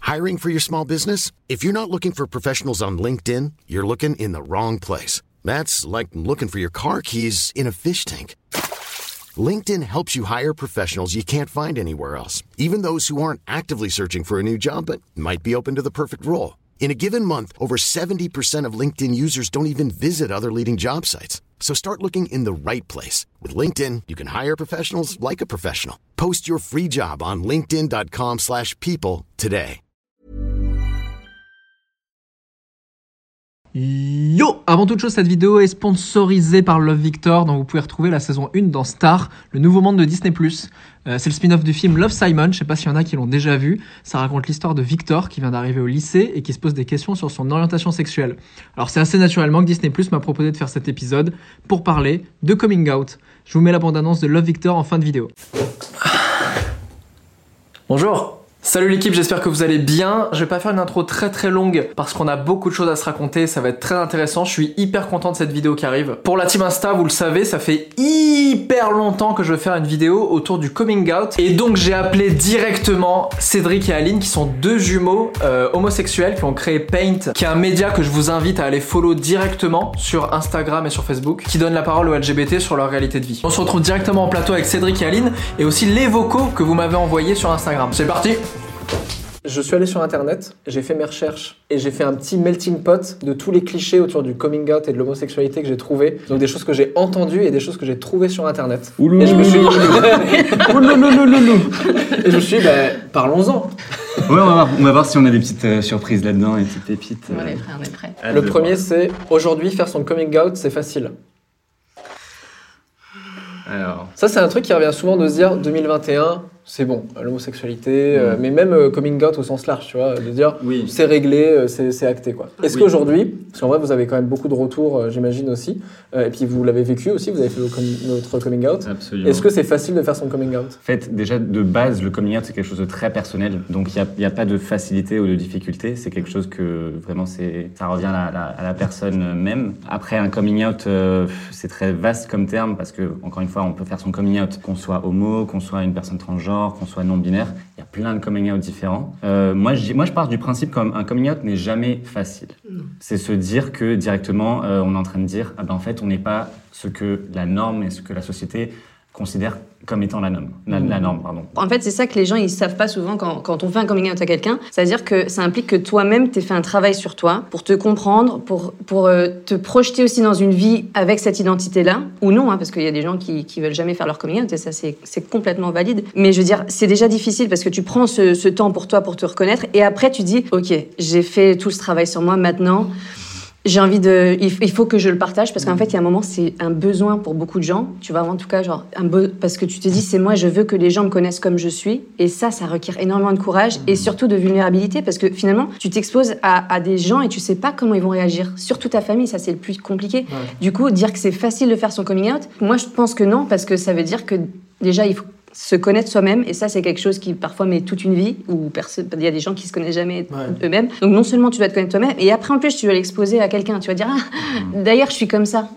Hiring for your small business? If you're not looking for professionals on LinkedIn, you're looking in the wrong place. That's like looking for your car keys in a fish tank. LinkedIn helps you hire professionals you can't find anywhere else, even those who aren't actively searching for a new job but might be open to the perfect role. In a given month, over 70% of LinkedIn users don't even visit other leading job sites. So start looking in the right place. With LinkedIn, you can hire professionals like a professional. Post your free job on linkedin.com/people today. Yo! Avant toute chose, cette vidéo est sponsorisée par Love Victor, dont vous pouvez retrouver la saison 1 dans Star, le nouveau monde de Disney+. C'est le spin-off du film Love, Simon, je sais pas s'il y en a qui l'ont déjà vu. Ça raconte l'histoire de Victor qui vient d'arriver au lycée et qui se pose des questions sur son orientation sexuelle. Alors c'est assez naturellement que Disney+ m'a proposé de faire cet épisode pour parler de coming out. Je vous mets la bande-annonce de Love Victor en fin de vidéo. Bonjour! Salut l'équipe, j'espère que vous allez bien. Je vais pas faire une intro très longue parce qu'on a beaucoup de choses à se raconter, ça va être très intéressant. Je suis hyper content de cette vidéo qui arrive. Pour la team Insta, vous le savez, ça fait hyper longtemps que je veux faire une vidéo autour du coming out. Et donc j'ai appelé directement Cédric et Aline, qui sont deux jumeaux homosexuels qui ont créé Paint, qui est un média que je vous invite à aller follow directement sur Instagram et sur Facebook, qui donne la parole aux LGBT sur leur réalité de vie. On se retrouve directement en plateau avec Cédric et Aline et aussi les vocaux que vous m'avez envoyés sur Instagram. C'est parti! Je suis allé sur internet, j'ai fait mes recherches et j'ai fait un petit melting pot de tous les clichés autour du coming out et de l'homosexualité que j'ai trouvé. Donc des choses que j'ai entendues et des choses que j'ai trouvées sur internet. Et je me suis et je me suis dit, parlons-en. Ouais, on va voir si on a des petites surprises là-dedans, des petites pépites. On est prêts. Le premier, c'est aujourd'hui faire son coming out, c'est facile. Alors. Ça, c'est un truc qui revient souvent de se dire 2021. C'est bon, l'homosexualité, mais même coming out au sens large, tu vois, de dire oui. C'est réglé, c'est acté, quoi. Est-ce qu'aujourd'hui, parce qu'en vrai vous avez quand même beaucoup de retours, j'imagine aussi, et puis vous l'avez vécu aussi, vous avez fait votre coming out. Absolument. Est-ce que c'est facile de faire son coming out ? En fait, déjà de base, le coming out c'est quelque chose de très personnel, donc il n'y a pas de facilité ou de difficulté, c'est quelque chose que vraiment ça revient à la personne même. Après un coming out, c'est très vaste comme terme, parce que encore une fois, on peut faire son coming out qu'on soit homo, qu'on soit une personne transgenre, qu'on soit non-binaire, il y a plein de coming out différents. Moi, je pars du principe qu'un coming out n'est jamais facile. C'est se dire que directement, on est en train de dire, en fait, on n'est pas ce que la norme et ce que la société considère comme étant la norme. La norme, pardon. En fait, c'est ça que les gens ils savent pas souvent quand on fait un coming out à quelqu'un. C'est-à-dire que ça implique que toi-même t'aies fait un travail sur toi pour te comprendre, pour te projeter aussi dans une vie avec cette identité-là, ou non, parce qu'il y a des gens qui veulent jamais faire leur coming out et ça c'est complètement valide. Mais je veux dire, c'est déjà difficile parce que tu prends ce temps pour toi pour te reconnaître et après tu dis, ok, j'ai fait tout ce travail sur moi maintenant. J'ai envie il faut que je le partage parce qu'en fait, il y a un moment, c'est un besoin pour beaucoup de gens. Tu vois, en tout cas, parce que tu te dis, c'est moi, je veux que les gens me connaissent comme je suis. Et ça requiert énormément de courage et surtout de vulnérabilité parce que finalement, tu t'exposes à des gens et tu sais pas comment ils vont réagir. Surtout ta famille, ça, c'est le plus compliqué. Ouais. Du coup, dire que c'est facile de faire son coming out, moi, je pense que non parce que ça veut dire que déjà, il faut se connaître soi-même, et ça c'est quelque chose qui parfois met toute une vie, où il y a des gens qui se connaissent jamais eux-mêmes. Donc non seulement tu dois te connaître toi-même, et après en plus tu vas l'exposer à quelqu'un, tu vas dire d'ailleurs je suis comme ça.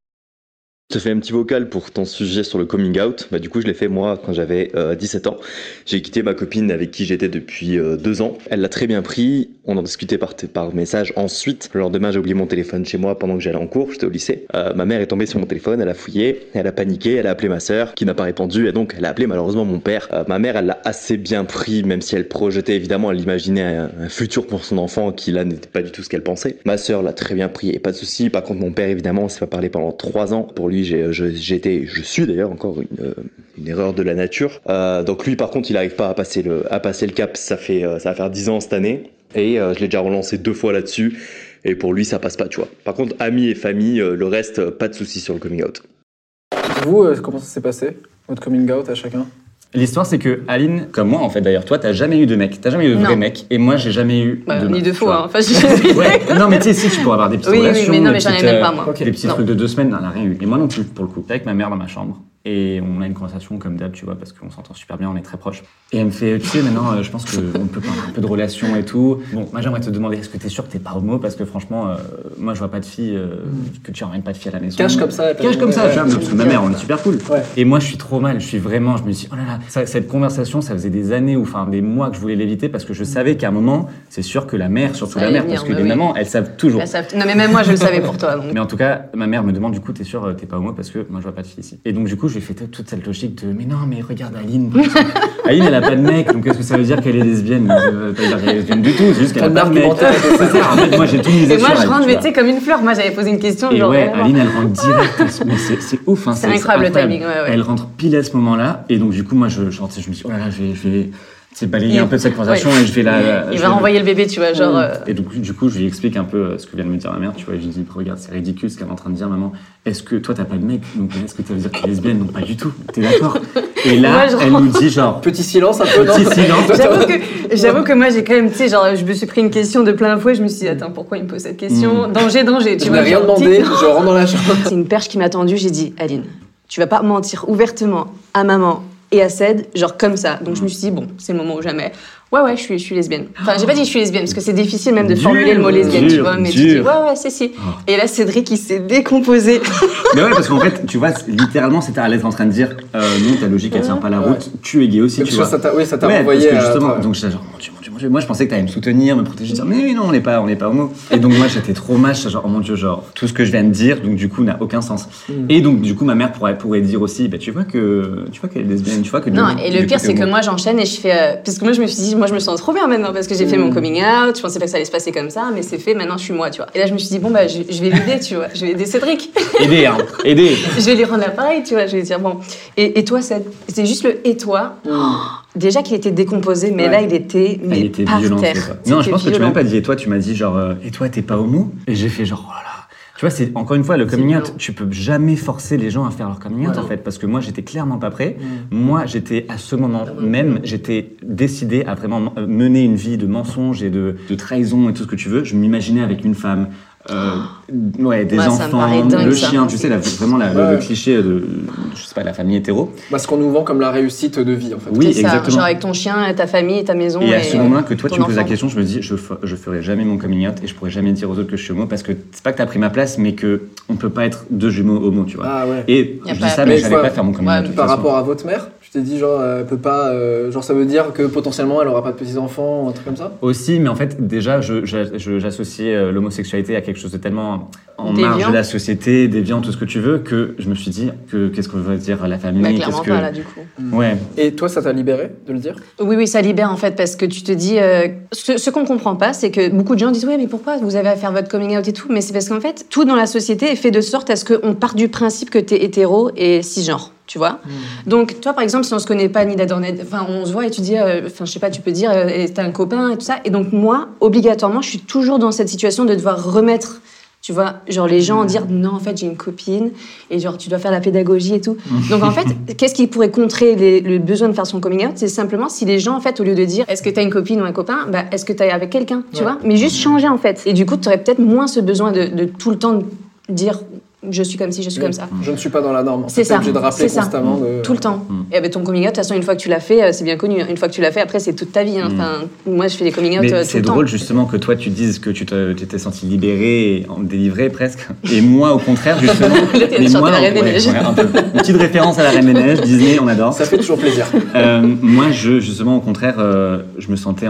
Je te fais un petit vocal pour ton sujet sur le coming out. Du coup, je l'ai fait moi quand j'avais 17 ans. J'ai quitté ma copine avec qui j'étais depuis 2 ans. Elle l'a très bien pris. On en discutait par message. Ensuite, le lendemain, j'ai oublié mon téléphone chez moi pendant que j'allais en cours. J'étais au lycée. Ma mère est tombée sur mon téléphone. Elle a fouillé. Elle a paniqué. Elle a appelé ma sœur qui n'a pas répondu. Et donc, elle a appelé malheureusement mon père. Ma mère, elle l'a assez bien pris, même si elle projetait évidemment, elle imaginait un futur pour son enfant qui là n'était pas du tout ce qu'elle pensait. Ma sœur l'a très bien pris et pas de souci. Par contre, mon père, évidemment, on s'est pas parlé pendant 3 ans. Pour lui, je suis d'ailleurs encore une erreur de la nature. Donc lui, par contre, il n'arrive pas à passer le cap. Ça va faire 10 ans cette année. Et je l'ai déjà relancé 2 fois là-dessus. Et pour lui, ça passe pas, tu vois. Par contre, amis et famille, le reste, pas de soucis sur le coming out. Vous, comment ça s'est passé, votre coming out à chacun ? L'histoire, c'est que Aline, comme moi en fait d'ailleurs, toi t'as jamais eu de mec, t'as jamais eu de vrai mec, et moi j'ai jamais eu de ni meuf, de faux, hein. Enfin, ouais. Non mais tu sais, si tu pourrais avoir des petites relations, oui, mais non, mais j'en ai même pas moi. Des petits trucs de 2 semaines, elle n'a rien eu. Et moi non plus, pour le coup. J'étais avec ma mère dans ma chambre, Et on a une conversation comme d'hab, tu vois, parce qu'on s'entend super bien, on est très proches. Et elle me fait, tu sais, maintenant, je pense qu'on peut parler un peu de relation et tout. Bon, moi, j'aimerais te demander, est-ce que t'es sûr que t'es pas homo? Parce que franchement, moi, je vois pas de fille, que tu ramènes pas de fille à la maison. Cache comme ça. Cache comme ça, tu vois, parce que ma mère, on est super cool. Ouais. Et moi, je suis trop mal, je me dis, oh là là, cette conversation, ça faisait des années, ou enfin des mois que je voulais l'éviter, parce que je savais qu'à un moment, c'est sûr que la mère, surtout Ça la mère, allait parce que venir, les mais oui. mamans, elles savent toujours. Non, mais même moi, je le savais pour toi. Donc. Mais en tout cas, ma mère me demande, du coup, t'es sûr, t'es pas homo, parce que moi, je vois pas de fille ici. Et donc, du coup, j'ai fait toute cette logique de, mais non, mais regarde Aline. Aline, elle a pas de mec, donc est-ce que ça veut dire qu'elle est lesbienne? Pas dire qu'elle est lesbienne du tout, c'est juste qu'elle a pas de mec. C'est ça, en fait, moi, j'ai tout misé Et sur moi, elle. je rentre, mais tu sais, comme une fleur. Moi, j'avais posé une question. Et genre, ouais, vraiment. Aline, elle rentre direct. Mais c'est ouf, hein. C'est incroyable le timing, ouais. Elle rentre pile à ce moment-là. Et donc, du coup, moi, je me dis, oh là là, je vais balayer un peu de cette conversation et je vais la. Il va renvoyer le bébé, tu vois, genre. Et donc, du coup, je lui explique un peu ce que vient de me dire ma mère, tu vois. Et je lui dis, regarde, c'est ridicule ce qu'elle est en train de dire, maman. Est-ce que toi, t'as pas de mec? Donc, est-ce que ça veut dire que t'es lesbienne? Non, pas du tout. T'es d'accord? Et là, Moi, elle nous dit, genre. Petit silence un peu. Petit silence. J'avoue que moi, j'ai quand même, tu sais, genre, je me suis pris une question de plein fouet. Je me suis dit, attends, pourquoi il me pose cette question? Danger, tu Je vois. n'ai rien genre, demandé, je rentre dans la chambre. C'est une perche qui m'a tendue. J'ai dit, Aline, tu vas pas mentir ouvertement à maman et à Ced, genre comme ça. Donc je me suis dit, bon, c'est le moment ou jamais. Ouais, je suis lesbienne. Enfin, j'ai pas dit je suis lesbienne, parce que c'est difficile même de formuler le mot lesbienne, tu vois. Mais tu dis, ouais, si. Et là, Cédric, il s'est décomposé. Mais ouais, parce qu'en fait, tu vois, littéralement, c'était à l'être en train de dire, non, ta logique, elle tient pas la route, tu es gay aussi, tu vois. Ça t'a Ouais, renvoyé parce que justement, donc j'étais genre, mon Dieu. Moi, je pensais que t'allais me soutenir, me protéger, dire, mais non, on n'est pas homo. Et donc, moi, j'étais trop mal, j'étais genre, oh mon Dieu, genre, tout ce que je viens de dire, donc, du coup, n'a aucun sens. Et donc, du coup, ma mère pourrait dire aussi, bah, tu vois qu'elle est lesbienne, tu vois que. Non, et le pire, c'est que moi, j'enchaîne et je fais. Parce que moi, je me suis dit, moi, je me sens trop bien maintenant, parce que j'ai fait mon coming out, je pensais pas que ça allait se passer comme ça, mais c'est fait, maintenant, je suis moi, tu vois. Et là, je me suis dit, bon, bah, je vais l'aider, tu vois. Je vais aider Cédric. Aider. Je vais lui rendre l'appareil, tu vois. Je vais lui dire, bon. Et toi, c'est juste le et toi. Déjà qu'il était décomposé, mais là, il était par violent, terre. Non, je pense que tu m'as pas dit et toi, tu m'as dit genre et toi, t'es pas homo? Et j'ai fait genre, oh là là. Tu vois, c'est encore une fois le coming out. Tu peux jamais forcer les gens à faire leur coming out en fait, parce que moi, j'étais clairement pas prêt. Moi, j'étais à ce moment même, j'étais décidé à vraiment mener une vie de mensonges et de trahison et tout ce que tu veux. Je m'imaginais avec une femme. Des enfants, le chien, tu sais, vraiment le cliché de, je sais pas, la famille hétéro. Ce qu'on nous vend comme la réussite de vie, en fait. Oui, c'est ça, exactement. genre avec ton chien, ta famille, ta maison. Et à ce moment-là que toi, tu me poses la enfant. question, je me dis, je ferai jamais mon coming out et je pourrai jamais dire aux autres que je suis homo parce que c'est pas que t'as pris ma place, mais que on peut pas être deux jumeaux homo, tu vois. Ah ouais. Et je dis ça, mais j'allais pas faire mon coming out. de toute Par façon. rapport à votre mère, tu t'es dit, genre, elle peut pas. Genre, ça veut dire que potentiellement, elle aura pas de petits-enfants ou un truc comme ça? Aussi, mais en fait, déjà, j'associais l'homosexualité à quelque chose de tellement en Déviant. marge de la société, déviant, tout ce que tu veux, que je me suis dit que qu'est-ce que veut dire la famille, Bah, clairement qu'est-ce que. pas, là, du coup. Ouais. Et toi, ça t'a libéré de le dire? Oui, ça libère en fait, parce que tu te dis. Ce qu'on comprend pas, c'est que beaucoup de gens disent, ouais, mais pourquoi vous avez à faire votre coming out et tout? Mais c'est parce qu'en fait, tout dans la société est fait de sorte à ce qu'on parte du principe que t'es hétéro et cisgenre. Tu vois. Donc, toi, par exemple, si on se connaît pas ni d'Adam, enfin, on se voit et tu dis, je sais pas, tu peux dire, t'as un copain et tout ça. Et donc, moi, obligatoirement, je suis toujours dans cette situation de devoir remettre, tu vois, genre les gens dire, non, en fait, j'ai une copine et genre, tu dois faire la pédagogie et tout. Donc, en fait, qu'est-ce qui pourrait contrer le besoin de faire son coming out? C'est simplement si les gens, en fait, au lieu de dire, est-ce que t'as une copine ou un copain, bah, est-ce que t'es avec quelqu'un, tu vois? Mais juste changer, en fait. Et du coup, t'aurais peut-être moins ce besoin de tout le temps dire, je suis comme ci, je suis comme ça. Je ne suis pas dans la norme. C'est ça. T'es obligé de rappeler constamment. Tout le temps. Et ben ton coming out, de toute façon, une fois que tu l'as fait, c'est bien connu. Une fois que tu l'as fait, après, c'est toute ta vie. Enfin, moi, je fais des coming out tout le temps. C'est drôle justement que toi, tu dises que tu t'es senti libéré et délivré presque. Et moi, au contraire, justement. La Reine des Neiges. Un peu. Une petite référence à la Reine des Neiges, Disney, on adore. Ça fait toujours plaisir. Moi, justement, au contraire, je me sentais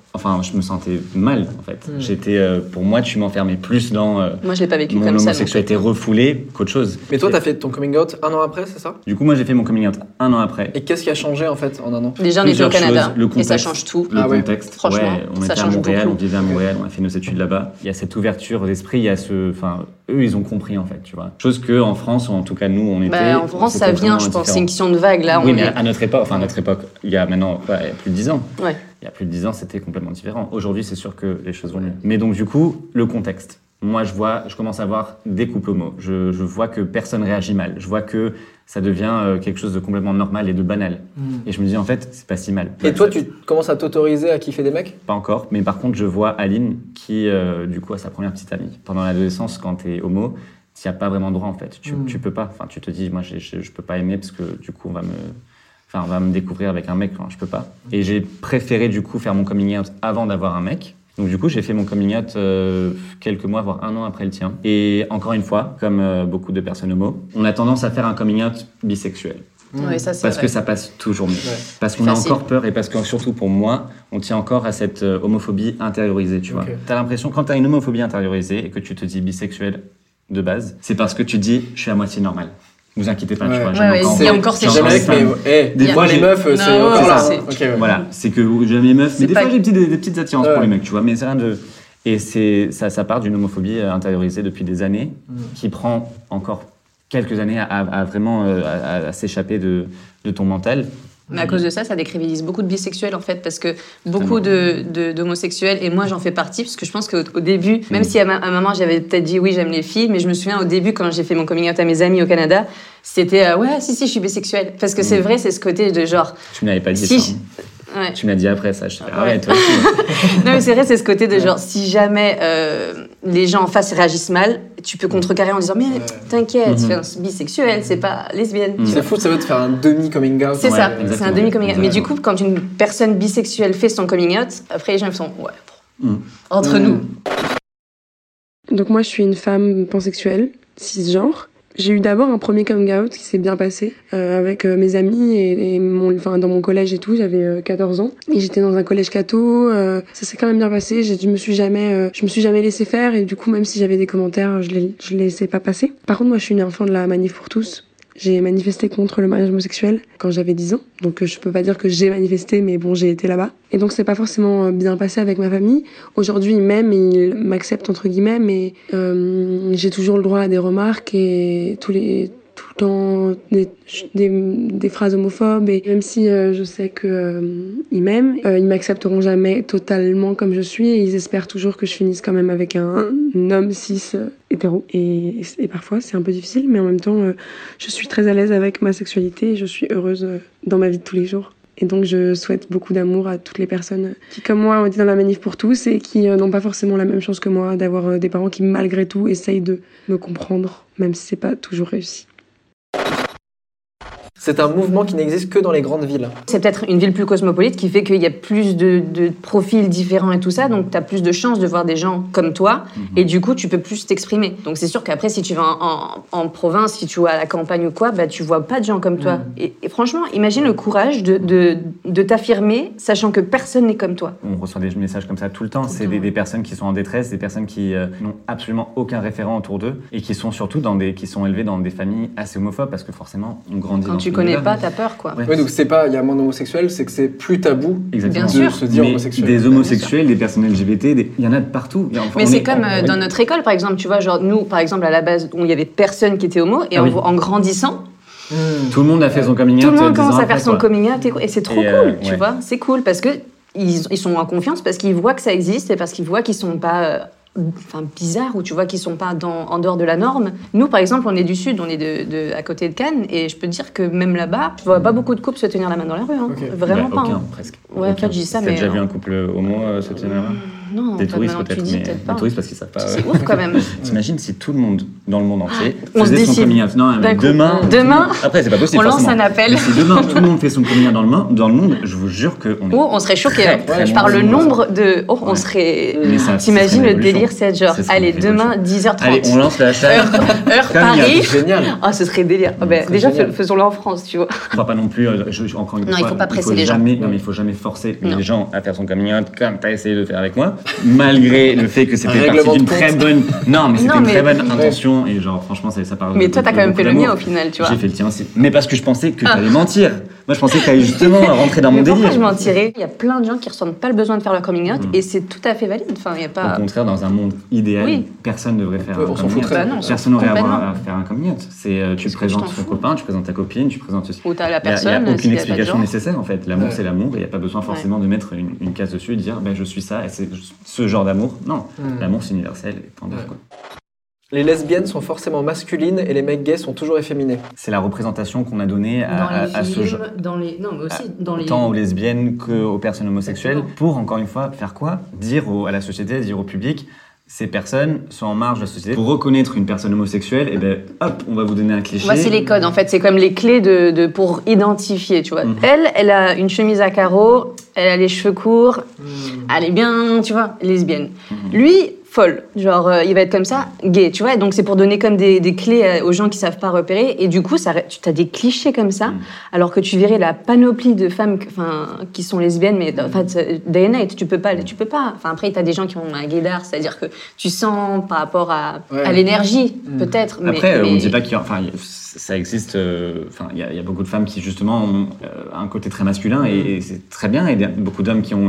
mal, en fait. J'étais, pour moi, tu m'enfermais plus dans moi, je l'ai pas vécu mon comme ça. homosexualité refoulée qu'autre chose. Mais toi, t'as fait ton coming out un an après, c'est ça? Du coup, moi, j'ai fait mon coming out un an après. Et qu'est-ce qui a changé, en fait, en un an? Déjà, on était au Plusieurs Canada. choses, le Et ça contexte. change tout. Le contexte, Franchement, ouais, on ça était à change Montréal, beaucoup. on vivait à Montréal, on a fait nos études là-bas. Il y a cette ouverture d'esprit, il y a eux, ils ont compris en fait, tu vois. Chose que en France, ou en tout cas nous, on était. En France, ça vient, je pense. C'est une question de vague là. Oui, mais à notre époque, il y a maintenant il y a plus de 10 ans. Ouais. Il y a plus de 10 ans, c'était complètement différent. Aujourd'hui, c'est sûr que les choses vont mieux. Mais donc du coup, le contexte. Moi, je commence à voir des couples homo. Je vois que personne réagit mal. Je vois que ça devient quelque chose de complètement normal et de banal. Et je me dis, en fait, c'est pas si mal. Et toi, tu commences à t'autoriser à kiffer des mecs? Pas encore, mais par contre, je vois Aline qui, du coup, a sa première petite amie. Pendant l'adolescence, quand t'es homo, s'il n'y a pas vraiment de droit en fait. Tu peux pas. Enfin, tu te dis, moi, je peux pas aimer parce que du coup, on va me découvrir avec un mec. Enfin, je peux pas. Et j'ai préféré du coup faire mon coming out avant d'avoir un mec. Donc du coup, j'ai fait mon coming out quelques mois, voire 1 an après le tien. Et encore une fois, comme beaucoup de personnes homo, on a tendance à faire un coming out bisexuel. Oui, ça, c'est parce vrai. que ça passe toujours mieux. Ouais. Parce qu'on a Facile. encore peur et parce que surtout pour moi, on tient encore à cette homophobie intériorisée, tu vois. T'as l'impression, quand t'as une homophobie intériorisée et que tu te dis bisexuel de base, c'est parce que tu dis je suis à moitié normal. Vous inquiétez pas, tu vois. Ouais, il y a encore ces j'en choses. ai Mais des fois, les meufs, c'est Non, encore ouais, là. c'est- Ok, ouais. Voilà, c'est que j'aime les meufs, mais C'est des pas- fois j'ai des petites attirances pour Ouais. les mecs, tu vois, mais c'est rien de... Et ça part d'une homophobie intériorisée depuis des années, qui prend encore quelques années à vraiment à s'échapper de ton mental. Mais à cause de ça, ça décrédibilise beaucoup de bisexuels en fait, parce que beaucoup d'homosexuels, et moi j'en fais partie, parce que je pense qu'au début, même si à un moment j'avais peut-être dit oui, j'aime les filles, mais je me souviens au début quand j'ai fait mon coming out à mes amis au Canada, c'était ouais, si, je suis bisexuelle. Parce que c'est vrai, c'est ce côté de genre. Tu me l'avais pas dit Si, ça. Ouais. Tu me l'as dit après ça, je te fais, ah Ouais. ouais, toi aussi. Non, mais c'est vrai, c'est ce côté de genre, si jamais les gens en face réagissent mal, tu peux contrecarrer en disant, mais t'inquiète, c'est bisexuelle, c'est pas lesbienne. tu vois. C'est fou, ça va te faire un demi-coming out. C'est Ouais, ça, c'est un exactement. demi-coming out. Mais du Exactement. coup, quand une personne bisexuelle fait son coming out, après les gens ils sont, ouais, entre nous. Donc moi, je suis une femme pansexuelle, cisgenre. J'ai eu d'abord un premier coming out qui s'est bien passé avec mes amis et dans mon collège et tout. J'avais 14 ans et j'étais dans un collège catho. Ça s'est quand même bien passé. Je me suis jamais laissé faire et du coup, même si j'avais des commentaires, je les laissais pas passer. Par contre, moi, je suis une enfant de la Manif pour tous. J'ai manifesté contre le mariage homosexuel quand j'avais 10 ans. Donc je peux pas dire que j'ai manifesté, mais bon, j'ai été là-bas. Et donc c'est pas forcément bien passé avec ma famille. Aujourd'hui, ils m'aiment, ils m'acceptent entre guillemets, mais j'ai toujours le droit à des remarques et tout le temps des phrases homophobes. Et même si je sais que ils m'aiment, ils m'accepteront jamais totalement comme je suis et ils espèrent toujours que je finisse quand même avec un homme cis hétéro. Et parfois c'est un peu difficile, mais en même temps je suis très à l'aise avec ma sexualité et je suis heureuse dans ma vie de tous les jours. Et donc je souhaite beaucoup d'amour à toutes les personnes qui, comme moi, ont été dans la manif pour tous et qui n'ont pas forcément la même chance que moi, d'avoir des parents qui, malgré tout, essayent de me comprendre, même si c'est pas toujours réussi. C'est un mouvement qui n'existe que dans les grandes villes. C'est peut-être une ville plus cosmopolite qui fait qu'il y a plus de profils différents et tout ça, donc tu as plus de chances de voir des gens comme toi, et du coup, tu peux plus t'exprimer. Donc c'est sûr qu'après, si tu vas en province, si tu vas à la campagne ou quoi, bah, tu vois pas de gens comme toi. Et franchement, imagine le courage de t'affirmer, sachant que personne n'est comme toi. On reçoit des messages comme ça tout le temps. C'est des personnes qui sont en détresse, des personnes qui n'ont absolument aucun référent autour d'eux et qui sont surtout qui sont élevées dans des familles assez homophobes parce que forcément, on grandit Quand dans tu ce connais milieu-là. pas, t'as peur, quoi. Ouais. Oui, donc c'est pas, il y a moins d'homosexuels, c'est que c'est plus tabou Exactement. Bien de sûr. se dire Mais homosexuel. des homosexuels, des personnes LGBT, il y en a de partout. Mais c'est comme dans notre école, par exemple, tu vois, genre nous, par exemple, à la base, où il y avait personne qui était homo, et Ah oui. en grandissant, Tout le monde a fait son coming out. tout le monde 10 ans commence à après, faire son quoi. coming out, et c'est trop Et, cool, tu ouais. vois, c'est cool, parce que ils sont en confiance, parce qu'ils voient que ça existe, et parce qu'ils voient qu'ils sont pas bizarres, ou tu vois qu'ils sont pas en dehors de la norme. Nous, par exemple, on est du Sud, on est à côté de Cannes, et je peux te dire que même là-bas, je vois pas beaucoup de couples se tenir la main dans la rue, hein. Ok. Vraiment Bah, pas. aucun, hein. presque. Ouais, en Aucun. fait, je dis ça, T'as mais déjà vu un couple homo se tenir là-bas? Non, Des toi, touristes maintenant que peut-être, tu dis, mais peut-être pas. des touristes parce qu'ils savent pas. C'est ouf quand même. T'imagines si tout le monde dans le monde entier on se faisait son décide. coming out. Non, mais D'un coup. demain. Demain, Après, c'est pas possible. on lance forcément. un appel. Mais si demain tout le monde fait son coming out dans le monde, je vous jure qu'on est. Oh, on serait choqués. Très, hein. très Par le bon. nombre de. Oh, on Ouais. serait. Mais ça T'imagines serait le une révolution. délire, c'est genre, Ce serait allez, une demain, révolution. 10h30. Allez, on lance le hashtag. Heure Coming out. Paris. Génial. Ah, ce serait délire. Ah ben, serait déjà, génial. faisons-le en France, tu vois. On va pas non plus, encore une Non, fois, il faut pas presser les gens. jamais, non, mais il faut jamais forcer Non. les gens à faire son coming out comme tu as essayé de faire avec moi, malgré le fait que c'était Un parti règlement d'une de compte. très bonne, non, mais c'était Non, une mais- très bonne intention et genre franchement ça parle. Mais de- toi, t'as de quand même beaucoup fait le d'amour. mien au final, tu vois. J'ai fait le tien aussi, mais parce que je pensais que t'allais mentir. Moi, je pensais que t'allais justement rentrer dans mon Mais pourquoi délire. je mentirais? Il y a plein de gens qui ressentent pas le besoin de faire leur coming out et c'est tout à fait valide. Enfin, il y a Au pas. contraire, dans un monde idéal, Oui. personne ne devrait faire Ouais, un on s'en coming out. foutrait. Bah non, Personne n'aurait à complètement. avoir à faire un coming out. C'est tu Parce que présentes tu t'en ton fous. copain, tu présentes ta copine, tu présentes Ou t'as la Il n'y a personne. aucune s'il y a pas de explication genre. nécessaire en fait. L'amour Ouais. c'est l'amour, il n'y a pas besoin forcément de mettre une case dessus et de dire ben, je suis ça et c'est ce genre d'amour. Non, l'amour c'est universel et point barre, quoi. Les lesbiennes sont forcément masculines et les mecs gays sont toujours efféminés. C'est la représentation qu'on a donnée à ce genre. dans les. Non, mais aussi dans les. Tant aux lesbiennes qu'aux personnes homosexuelles, Exactement. pour encore une fois faire quoi? Dire à la société, dire au public, ces personnes sont en marge de la société. Pour reconnaître une personne homosexuelle, et ben hop, on va vous donner un cliché. Moi, c'est les codes, en fait. C'est comme les clés pour identifier, tu vois. Elle a une chemise à carreaux, elle a les cheveux courts, elle est bien, tu vois, lesbienne. Lui, folle. Genre, il va être comme ça, gay, tu vois. Donc, c'est pour donner comme des clés aux gens qui savent pas repérer. Et du coup, tu as des clichés comme ça, alors que tu verrais la panoplie de femmes qui sont lesbiennes, mais en fait, day and night, tu peux pas. Enfin, après, tu as des gens qui ont un gaydar, c'est-à-dire que tu sens par rapport à l'énergie, peut-être. Après, on ne dit pas qu'il y a... Enfin, ça existe... il y a beaucoup de femmes qui, justement, ont un côté très masculin, et c'est très bien. Et il y a beaucoup d'hommes qui ont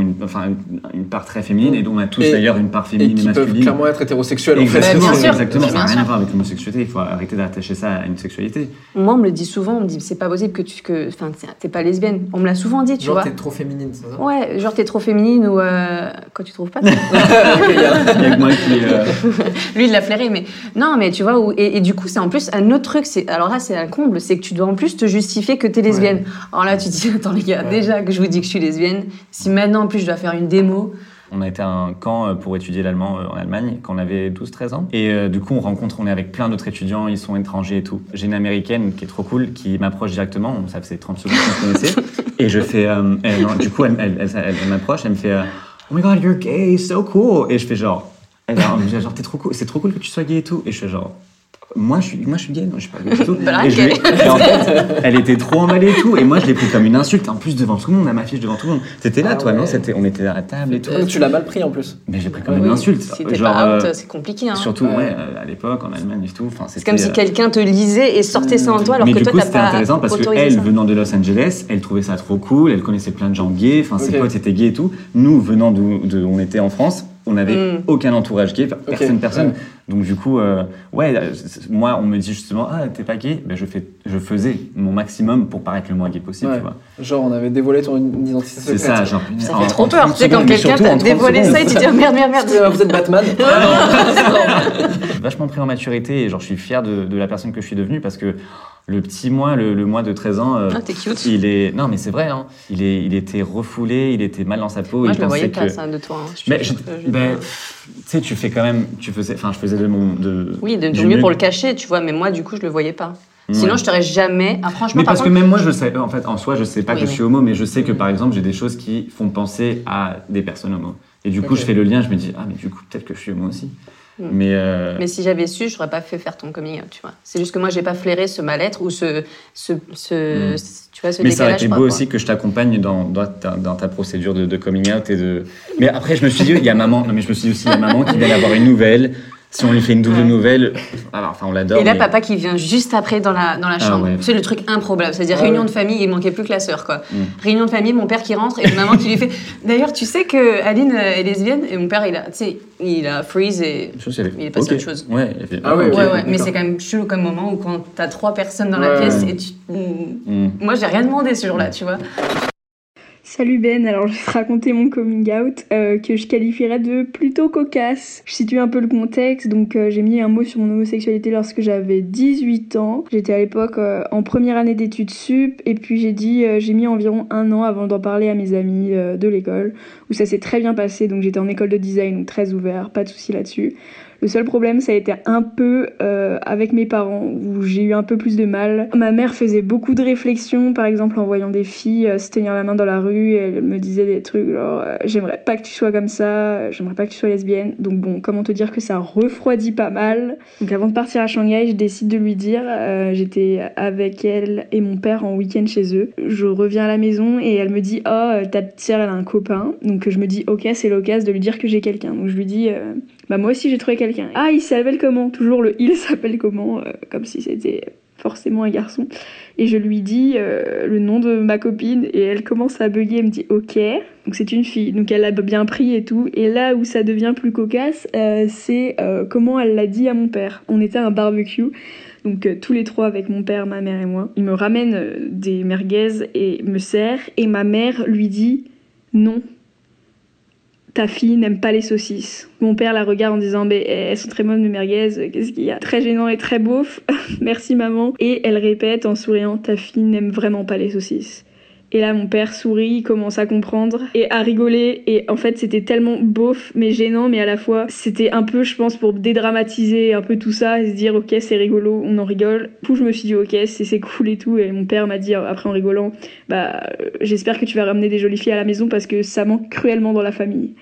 une part très féminine, et dont on a tous, d'ailleurs, une part féminine et masculine. Clairement être hétérosexuel. Exactement, bien sûr. Exactement. Ça n'a Bien rien à sûr. voir avec l'homosexualité. Il faut arrêter d'attacher ça à une sexualité. Moi, on me le dit souvent, on me dit, c'est pas possible que t'es pas lesbienne. On me l'a souvent dit, tu vois. Genre, t'es trop féminine, c'est ça? Ouais, genre t'es trop féminine ou quand tu trouves pas. Il y a que moi qui... Lui, il l'a flairé, mais non, mais tu vois, et du coup, c'est en plus un autre truc. Alors là, c'est un comble, c'est que tu dois en plus te justifier que t'es lesbienne. Ouais. Alors là, tu te dis, attends les gars, déjà que je vous dis que je suis lesbienne, si maintenant en plus je dois faire une démo. On a été à un camp pour étudier l'allemand en Allemagne quand on avait 12-13 ans. Et du coup, on est avec plein d'autres étudiants, ils sont étrangers et tout. J'ai une américaine qui est trop cool, qui m'approche directement. Ça faisait 30 secondes qu'on se connaissait. Et je fais... du coup, elle m'approche, elle me fait Oh my god, you're gay, so cool. Et je fais genre t'es trop cool, c'est trop cool que tu sois gay et tout. Et je fais genre... Moi, je suis gay, non, je suis pas gay du tout. Et en fait, elle était trop emballée et tout. Et moi, je l'ai pris comme une insulte. En plus, devant tout le monde, elle m'affiche devant tout le monde. T'étais là, toi, non? On était à la table et tout. Tu l'as mal pris en plus. Mais j'ai pris comme une insulte. Si t'es pas out, c'est compliqué. Hein. Surtout, à l'époque, en Allemagne et tout. C'est comme si quelqu'un te lisait et sortait ça en toi, alors que toi, t'as pas. Mais du coup, c'était intéressant parce qu'elle, venant de Los Angeles, elle trouvait ça trop cool. Elle connaissait plein de gens gays. Enfin, ses potes étaient gays et tout. Nous, venant d'où on était en France, on n'avait aucun entourage gay, personne. Ouais. Donc du coup, moi, on me dit justement, t'es pas gay, ben, je faisais mon maximum pour paraître le moins gay possible, tu vois. Genre, on avait dévoilé ton identité secrète. C'est ça, genre. Ça fait trop peur, tu sais, quand quelqu'un t'a dévoilé ça et tu te dis merde. Vous êtes Batman. J'ai vachement pris en maturité et genre, je suis fier de la personne que je suis devenue parce que le petit moi, le moi de 13 ans, t'es cute. Non mais c'est vrai, hein, il était refoulé, il était mal dans sa peau. Moi je le voyais pas ça de toi. Tu sais, tu faisais, je faisais de mon... Oui, de mieux pour le cacher, tu vois, mais moi du coup je le voyais pas. Sinon je t'aurais jamais... franchement, mais parce que même moi je sais, en fait en soi je sais pas que je suis homo, mais je sais que par exemple j'ai des choses qui font penser à des personnes homo. Et du coup je fais le lien, je me dis, mais du coup peut-être que je suis homo aussi. Mais si j'avais su, je n'aurais pas fait faire ton coming out, tu vois. C'est juste que moi, j'ai pas flairé ce mal-être ou ce tu vois, ce mais décalage. ça aurait été beau aussi que je t'accompagne dans ta procédure de coming out Mais après, je me suis dit, il y a maman qui vient d'avoir une nouvelle. Si on lui fait une double nouvelle, on l'adore. Et là, papa qui vient juste après dans la chambre. Ouais. C'est le truc improbable. C'est-à-dire réunion de famille, il manquait plus que la sœur, quoi. Réunion de famille, mon père qui rentre et maman qui lui fait. D'ailleurs, tu sais que Aline est lesbienne et mon père, il a freeze et il est passé à autre chose. Ouais, il a fait... ouais. Mais c'est quand même chelou comme moment où quand t'as 3 personnes dans la pièce et moi, j'ai rien demandé ce jour-là, tu vois. Salut Ben, alors je vais te raconter mon coming out que je qualifierais de plutôt cocasse. Je situe un peu le contexte, donc j'ai mis un mot sur mon homosexualité lorsque j'avais 18 ans. J'étais à l'époque en première année d'études sup et puis j'ai mis environ 1 an avant d'en parler à mes amis de l'école où ça s'est très bien passé, donc j'étais en école de design, donc très ouvert, pas de soucis là-dessus. Le seul problème, ça a été un peu avec mes parents, où j'ai eu un peu plus de mal. Ma mère faisait beaucoup de réflexions, par exemple en voyant des filles se tenir la main dans la rue, et elle me disait des trucs genre j'aimerais pas que tu sois comme ça, j'aimerais pas que tu sois lesbienne. Donc bon, comment te dire que ça refroidit pas mal. Donc avant de partir à Shanghai, je décide de lui dire, j'étais avec elle et mon père en week-end chez eux. Je reviens à la maison et elle me dit ta petite sœur elle a un copain. Donc je me dis ok, c'est l'occasion de lui dire que j'ai quelqu'un. Donc je lui dis moi aussi j'ai trouvé quelqu'un. Il s'appelle comment? Toujours le il s'appelle comment, comme si c'était forcément un garçon. Et je lui dis le nom de ma copine et elle commence à bugger, elle me dit ok. Donc c'est une fille, donc elle a bien pris et tout. Et là où ça devient plus cocasse, c'est comment elle l'a dit à mon père. On était à un barbecue. Donc tous les 3 avec mon père, ma mère et moi. Il me ramène des merguez et me sert. Et ma mère lui dit non. Ta fille n'aime pas les saucisses. Mon père la regarde en disant elles sont très bonnes les merguez, qu'est-ce qu'il y a? Très gênant et très beauf. Merci maman. Et elle répète en souriant ta fille n'aime vraiment pas les saucisses. Et là, mon père sourit, il commence à comprendre et à rigoler. Et en fait, c'était tellement beauf, mais gênant, mais à la fois, c'était un peu, je pense, pour dédramatiser un peu tout ça et se dire, ok, c'est rigolo, on en rigole. Du coup, je me suis dit, ok, c'est cool et tout. Et mon père m'a dit, après en rigolant, j'espère que tu vas ramener des jolies filles à la maison parce que ça manque cruellement dans la famille.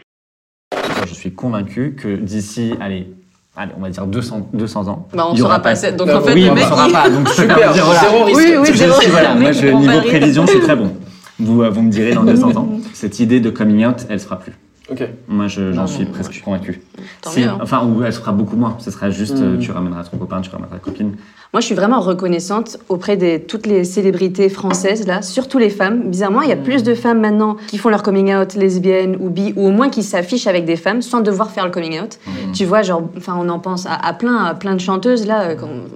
Je suis convaincu que d'ici, allez, on va dire 200 ans. On saura pas. Donc en fait, oui, le on mec, saura pas. Donc je peux Super, dire, voilà. zéro risque. Oui, zéro risque. Voilà, moi, Le mec, on niveau va rire. prévision, je suis très bon. Vous me direz dans 200 ans. Cette idée de coming out, elle sera plus. Ok. Moi, j'en suis presque convaincu. Tant mieux, hein. Enfin, ou elle sera beaucoup moins. Ce sera juste, tu ramèneras ton copain, tu ramèneras ta copine. Moi, je suis vraiment reconnaissante auprès de toutes les célébrités françaises, là, surtout les femmes. Bizarrement, il y a plus de femmes maintenant qui font leur coming out lesbienne ou bi, ou au moins qui s'affichent avec des femmes sans devoir faire le coming out. Tu vois, on en pense à plein de chanteuses, là,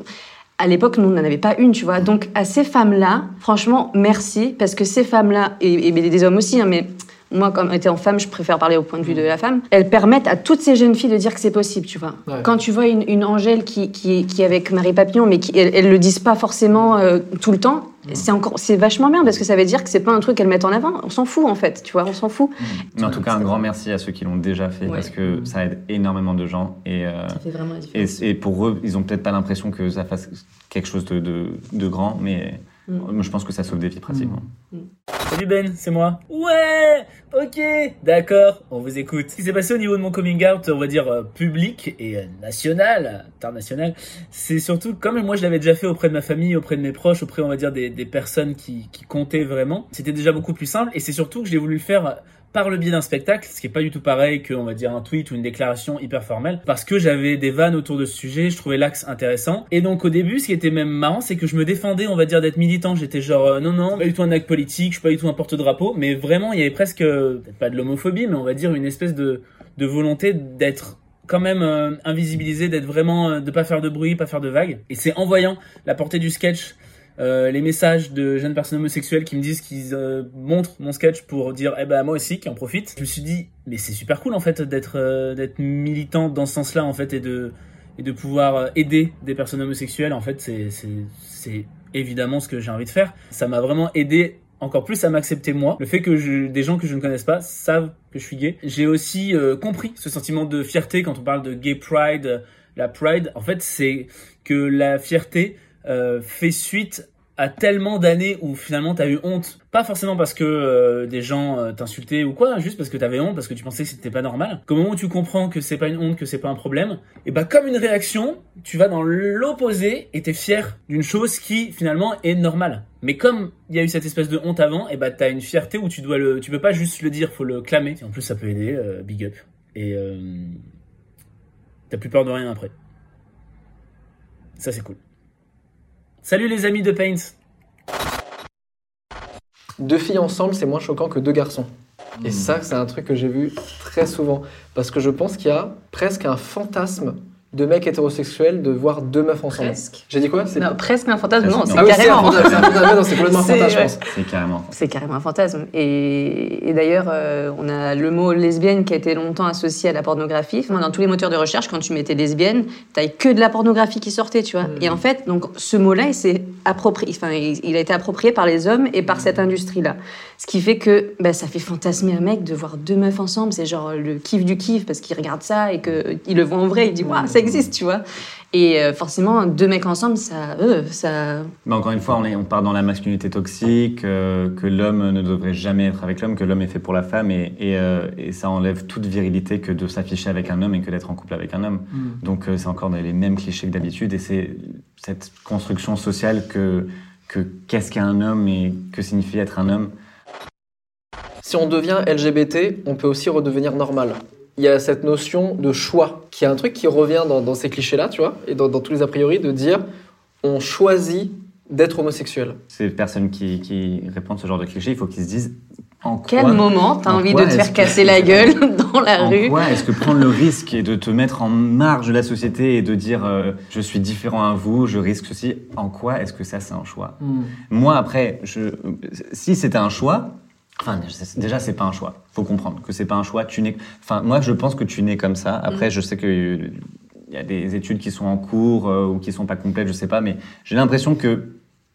à l'époque, nous, on n'en avait pas une, tu vois. Donc, à ces femmes-là, franchement, merci, parce que ces femmes-là, et des hommes aussi, hein, mais moi, comme étant femme, je préfère parler au point de vue de la femme, elles permettent à toutes ces jeunes filles de dire que c'est possible, tu vois. Ouais. Quand tu vois une Angèle qui est avec Marie Papillon, mais elles le disent pas forcément tout le temps, c'est vachement bien, parce que ça veut dire que c'est pas un truc qu'elles mettent en avant. On s'en fout, en fait, tu vois, on s'en fout. Mais en tout cas, un grand merci à ceux qui l'ont déjà fait, parce que ça aide énormément de gens. Et, ça fait vraiment la différence. Et pour eux, ils ont peut-être pas l'impression que ça fasse quelque chose de grand, mais je pense que ça sauve des vies pratiquement. Salut Ben, c'est moi. Ouais, ok, d'accord, on vous écoute. Ce qui s'est passé au niveau de mon coming out, on va dire public et national, international, c'est surtout, comme moi je l'avais déjà fait auprès de ma famille, auprès de mes proches, auprès, on va dire, des personnes qui comptaient vraiment, c'était déjà beaucoup plus simple, et c'est surtout que j'ai voulu le faire par le biais d'un spectacle, ce qui est pas du tout pareil que, on va dire, un tweet ou une déclaration hyper formelle, parce que j'avais des vannes autour de ce sujet, je trouvais l'axe intéressant. Et donc au début, ce qui était même marrant, c'est que je me défendais, on va dire, d'être militant. J'étais genre, non, pas du tout un acte politique, je suis pas du tout un porte-drapeau, mais vraiment, il y avait presque, peut-être pas de l'homophobie, mais on va dire une espèce de volonté d'être quand même invisibilisé, d'être vraiment, de pas faire de bruit, pas faire de vagues. Et c'est en voyant la portée du sketch, les messages de jeunes personnes homosexuelles qui me disent qu'ils montrent mon sketch pour dire moi aussi qui en profite. Je me suis dit mais c'est super cool en fait d'être militant dans ce sens-là en fait et de pouvoir aider des personnes homosexuelles. En fait c'est évidemment ce que j'ai envie de faire. Ça m'a vraiment aidé encore plus à m'accepter moi. Le fait que des gens que je ne connaisse pas savent que je suis gay. J'ai aussi compris ce sentiment de fierté quand on parle de gay pride, la pride. En fait c'est que la fierté fait suite à tellement d'années où finalement t'as eu honte, pas forcément parce que des gens t'insultaient ou quoi, juste parce que t'avais honte, parce que tu pensais que c'était pas normal. Qu'au moment où tu comprends que c'est pas une honte, que c'est pas un problème, et comme une réaction, tu vas dans l'opposé et t'es fier d'une chose qui finalement est normale. Mais comme il y a eu cette espèce de honte avant, et t'as une fierté où tu peux pas juste le dire, faut le clamer. Et en plus ça peut aider, big up. Et t'as plus peur de rien après. Ça c'est cool. Salut les amis de Paint. 2 filles ensemble, c'est moins choquant que 2 garçons. Et ça, c'est un truc que j'ai vu très souvent. Parce que je pense qu'il y a presque un fantasme de mecs hétérosexuels de voir 2 meufs ensemble. Presque. J'ai dit quoi? Non, presque un fantasme. Non, c'est carrément. C'est un fantasme. Non, c'est complètement un fantasme, je pense. C'est carrément un fantasme. Et d'ailleurs, on a le mot lesbienne qui a été longtemps associé à la pornographie. Moi, dans tous les moteurs de recherche, quand tu mettais lesbienne, t'avais que de la pornographie qui sortait, tu vois. Et en fait, donc, ce mot-là, il a été approprié par les hommes et par cette industrie-là. Ce qui fait que ça fait fantasmer un mec de voir 2 meufs ensemble. C'est genre le kiff du kiff parce qu'il regarde ça et qu'il le voit en vrai. Il dit, waouh, ça existe, tu vois. Et forcément, 2 mecs ensemble, ça... Mais encore une fois, on part dans la masculinité toxique, que l'homme ne devrait jamais être avec l'homme, que l'homme est fait pour la femme, et ça enlève toute virilité que de s'afficher avec un homme et que d'être en couple avec un homme. Donc c'est encore les mêmes clichés que d'habitude, et c'est cette construction sociale que qu'est-ce qu'un homme et que signifie être un homme. Si on devient LGBT, on peut aussi redevenir normal. Il y a cette notion de choix, qui est un truc qui revient dans ces clichés-là, tu vois, et dans tous les a priori, de dire on choisit d'être homosexuel. Ces personnes qui répondent ce genre de clichés, il faut qu'ils se disent quel moment t'as envie de te faire casser la gueule dans la rue? En quoi est-ce que prendre le risque et de te mettre en marge de la société et de dire je suis différent à vous, je risque ceci, en quoi est-ce que ça c'est un choix? Moi après, si c'était un choix, enfin, déjà, c'est pas un choix. Faut comprendre que c'est pas un choix. Moi, je pense que tu nais comme ça. Après, je sais qu'il y a des études qui sont en cours ou qui sont pas complètes, je sais pas, mais j'ai l'impression que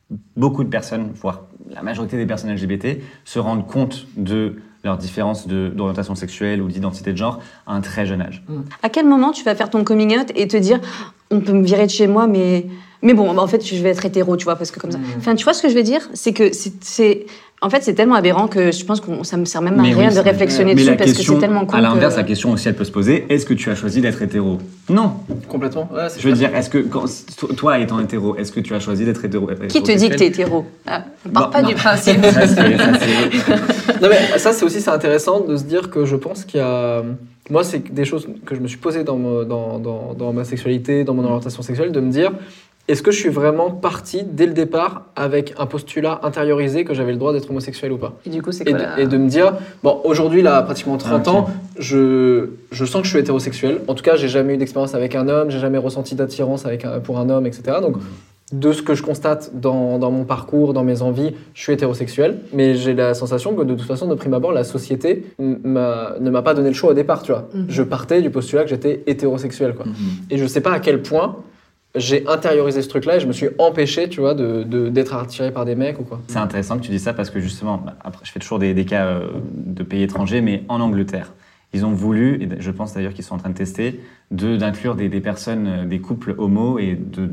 beaucoup de personnes, voire la majorité des personnes LGBT, se rendent compte de leur différence d'orientation sexuelle ou d'identité de genre à un très jeune âge. À quel moment tu vas faire ton coming out et te dire on peut me virer de chez moi mais bon en fait je vais être hétéro, tu vois, parce que comme ça. Enfin tu vois ce que je veux dire, c'est que en fait c'est tellement aberrant que je pense que ça me sert même à rien de réflexionner dessus parce que c'est tellement con. À l'inverse, la question aussi elle peut se poser, est-ce que tu as choisi d'être hétéro? Non. Complètement. Ouais, je veux dire, est-ce que toi étant hétéro, est-ce que tu as choisi d'être hétéro? Qui te dit que t'es hétéro? On part pas du principe. Non mais ça c'est intéressant de se dire que je pense qu'il y a... Moi c'est des choses que je me suis posé dans ma sexualité, dans mon orientation sexuelle, de me dire est-ce que je suis vraiment parti dès le départ avec un postulat intériorisé que j'avais le droit d'être homosexuel ou pas? Et du coup c'est quoi et de me dire, bon aujourd'hui là pratiquement 30 ans, je sens que je suis hétérosexuel. En tout cas j'ai jamais eu d'expérience avec un homme, j'ai jamais ressenti d'attirance pour un homme, etc. Donc de ce que je constate dans mon parcours, dans mes envies, je suis hétérosexuel, mais j'ai la sensation que de toute façon, de prime abord, la société ne m'a pas donné le choix au départ, tu vois. Je partais du postulat que j'étais hétérosexuel, quoi. Et je sais pas à quel point j'ai intériorisé ce truc-là et je me suis empêché, tu vois, d'être attiré par des mecs ou quoi. C'est intéressant que tu dis ça parce que justement, après, je fais toujours des cas de pays étrangers, mais en Angleterre, ils ont voulu, et je pense d'ailleurs qu'ils sont en train de tester, d'inclure des personnes, des couples homo et de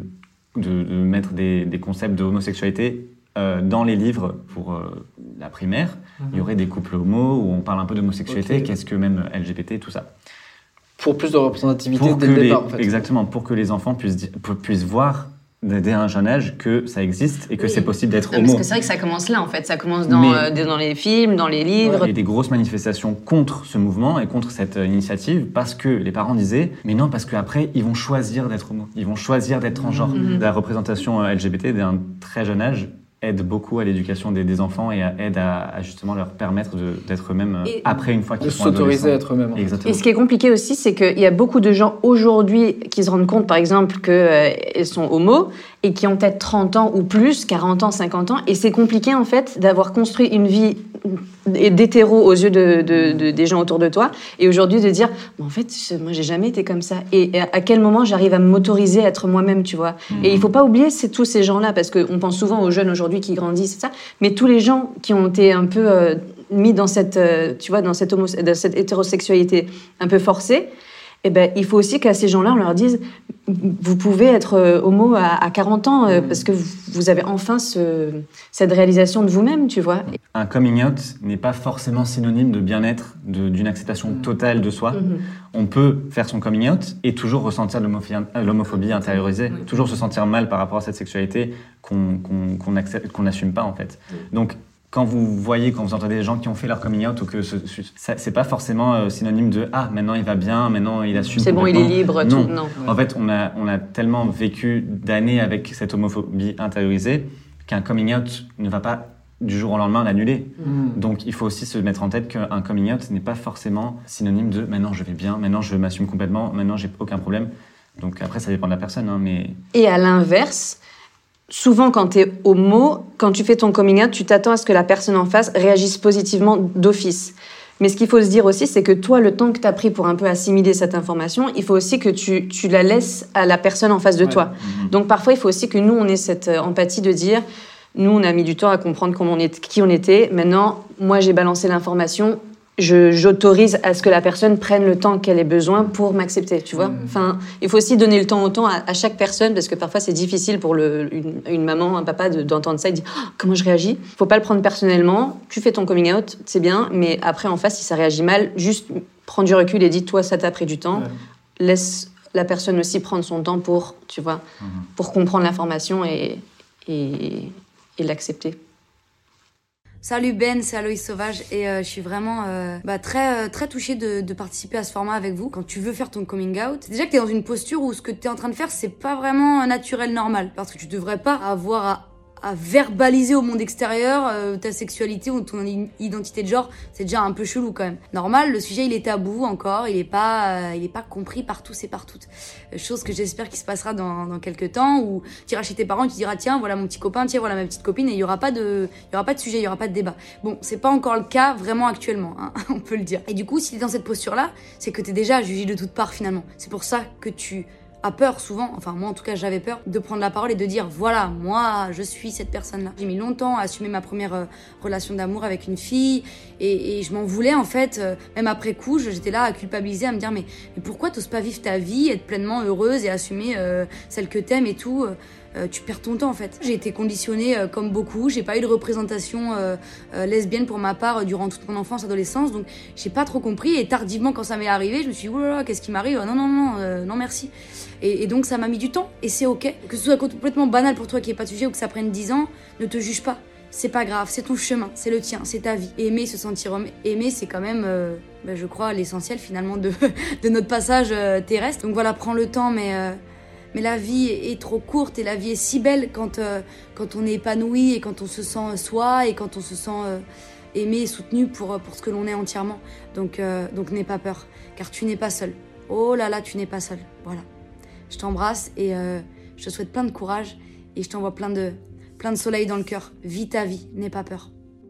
mettre des concepts de homosexualité dans les livres pour la primaire. Il y aurait des couples homo où on parle un peu d'homosexualité, qu'est-ce que même LGBT, tout ça. Pour plus de représentativité dès le départ, en fait. Exactement, pour que les enfants puissent voir dès un jeune âge que ça existe et que c'est possible d'être homo. Parce que c'est vrai que ça commence là, en fait. Ça commence dans les films, dans les livres. Il y a des grosses manifestations contre ce mouvement et contre cette initiative parce que les parents disaient « Mais non, parce qu'après, ils vont choisir d'être homo. Ils vont choisir d'être transgenre. La représentation LGBT d'un très jeune âge aide beaucoup à l'éducation des enfants et aide à justement leur permettre d'être eux-mêmes après, une fois qu'ils sont adolescents. De s'autoriser à être eux-mêmes. Exactement. Et ce qui est compliqué aussi, c'est qu'il y a beaucoup de gens aujourd'hui qui se rendent compte, par exemple, qu'elles sont homos et qui ont peut-être 30 ans ou plus, 40 ans, 50 ans. Et c'est compliqué, en fait, d'avoir construit une vie d'hétéro aux yeux des gens autour de toi. Et aujourd'hui, de dire, en fait, moi, j'ai jamais été comme ça. Et à quel moment j'arrive à m'autoriser à être moi-même, tu vois. Et il faut pas oublier, c'est tous ces gens-là, parce qu'on pense souvent aux jeunes aujourd'hui qui grandissent, et ça. Mais tous les gens qui ont été un peu mis dans cette, tu vois, dans cette hétérosexualité un peu forcée, eh ben, il faut aussi qu'à ces gens-là, on leur dise vous pouvez être homo à 40 ans parce que vous avez enfin cette réalisation de vous-même, tu vois. Un coming out n'est pas forcément synonyme de bien-être, d'une acceptation totale de soi. On peut faire son coming out et toujours ressentir l'homophobie intériorisée, toujours se sentir mal par rapport à cette sexualité qu'on n'assume pas, en fait. Donc, quand vous entendez des gens qui ont fait leur coming out ou que c'est pas forcément synonyme de maintenant il va bien, maintenant il assume. C'est bon, il est libre. Non. Tout. Non. En fait, on a tellement vécu d'années avec cette homophobie intériorisée qu'un coming out ne va pas du jour au lendemain l'annuler. Donc il faut aussi se mettre en tête qu'un coming out n'est pas forcément synonyme de maintenant je vais bien, maintenant je m'assume complètement, maintenant j'ai aucun problème. Donc après ça dépend de la personne, mais. Et à l'inverse. Souvent, quand tu es homo, quand tu fais ton coming out, tu t'attends à ce que la personne en face réagisse positivement d'office. Mais ce qu'il faut se dire aussi, c'est que toi, le temps que tu as pris pour un peu assimiler cette information, il faut aussi que tu la laisses à la personne en face de toi. Donc parfois, il faut aussi que nous, on ait cette empathie de dire, nous, on a mis du temps à comprendre qui on était. Maintenant, moi, j'ai balancé l'information. J'autorise à ce que la personne prenne le temps qu'elle ait besoin pour m'accepter, tu vois. Enfin, il faut aussi donner le temps au temps à chaque personne parce que parfois c'est difficile pour une maman, un papa d'entendre ça et de dire comment je réagis. Faut pas le prendre personnellement. Tu fais ton coming out, c'est bien, mais après en face si ça réagit mal, juste prends du recul et dis toi ça t'a pris du temps. Laisse la personne aussi prendre son temps pour, tu vois, pour comprendre l'information et l'accepter. Salut Ben, c'est Aloïs Sauvage et je suis vraiment très touchée de participer à ce format avec vous. Quand tu veux faire ton coming out, déjà que t'es dans une posture où ce que t'es en train de faire c'est pas vraiment naturel, normal. Parce que tu devrais pas avoir à verbaliser au monde extérieur ta sexualité ou ton identité de genre, c'est déjà un peu chelou quand même. Normal, le sujet il est tabou encore, il est pas compris par tous et par toutes. Chose que j'espère qu'il se passera dans quelques temps où tu iras chez tes parents et tu diras tiens voilà mon petit copain, tiens voilà ma petite copine et il y aura pas de sujet, il y aura pas de débat. Bon, c'est pas encore le cas vraiment actuellement, hein, on peut le dire. Et du coup, si t'es dans cette posture là, c'est que t'es déjà jugé de toutes parts finalement. C'est pour ça que tu a peur souvent, enfin moi en tout cas j'avais peur de prendre la parole et de dire voilà, moi je suis cette personne-là. J'ai mis longtemps à assumer ma première relation d'amour avec une fille et je m'en voulais en fait, même après coup, j'étais là à culpabiliser, à me dire mais pourquoi t'oses pas vivre ta vie, être pleinement heureuse et assumer celle que t'aimes et tout tu perds ton temps en fait. J'ai été conditionnée comme beaucoup, j'ai pas eu de représentation lesbienne pour ma part durant toute mon enfance, adolescence, donc j'ai pas trop compris et tardivement quand ça m'est arrivé, je me suis dit oulala, qu'est-ce qui m'arrive ? Non merci. Et donc ça m'a mis du temps et c'est ok. Que ce soit complètement banal pour toi qu'il n'y ait pas de sujet ou que ça prenne 10 ans, ne te juge pas. C'est pas grave, c'est ton chemin, c'est le tien, c'est ta vie. Aimer, se sentir aimé, c'est quand même, je crois, l'essentiel finalement de notre passage terrestre. Donc voilà, prends le temps, mais la vie est trop courte et la vie est si belle quand on est épanoui et quand on se sent soi et quand on se sent aimé et soutenu pour ce que l'on est entièrement. Donc n'aie pas peur, car tu n'es pas seul. Oh là là, tu n'es pas seul. Voilà. Je t'embrasse et je te souhaite plein de courage et je t'envoie plein de soleil dans le cœur. Vis ta vie, n'aie pas peur.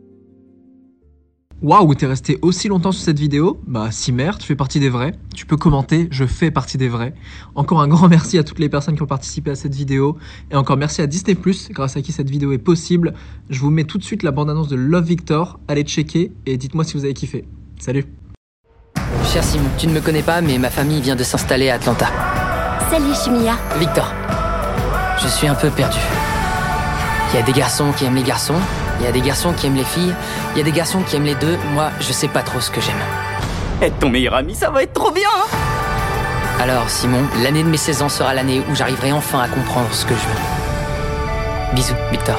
Waouh, t'es resté aussi longtemps sur cette vidéo ? Bah Simer, tu fais partie des vrais. Tu peux commenter, je fais partie des vrais. Encore un grand merci à toutes les personnes qui ont participé à cette vidéo. Et encore merci à Disney+, grâce à qui cette vidéo est possible. Je vous mets tout de suite la bande-annonce de Love Victor. Allez checker et dites-moi si vous avez kiffé. Salut. Cher Simon, tu ne me connais pas, mais ma famille vient de s'installer à Atlanta. Salut, je suis Mia. Victor. Je suis un peu perdu. Il y a des garçons qui aiment les garçons, il y a des garçons qui aiment les filles, il y a des garçons qui aiment les deux. Moi, je sais pas trop ce que j'aime. Être ton meilleur ami, ça va être trop bien, hein. Alors, Simon, l'année de mes 16 ans sera l'année où j'arriverai enfin à comprendre ce que je veux. Bisous, Victor.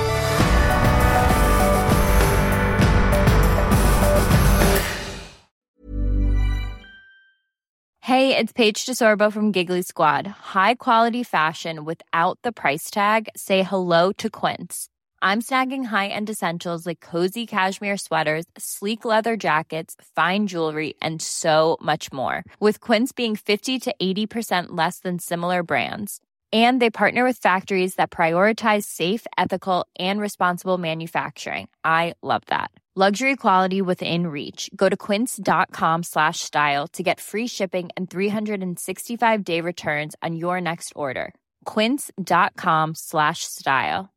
Hey, it's Paige DeSorbo from Giggly Squad. High quality fashion without the price tag. Say hello to Quince. I'm snagging high-end essentials like cozy cashmere sweaters, sleek leather jackets, fine jewelry, and so much more. With Quince being 50 to 80% less than similar brands. And they partner with factories that prioritize safe, ethical, and responsible manufacturing. I love that. Luxury quality within reach. Go to quince.com/style to get free shipping and 365-day returns on your next order. Quince.com/style.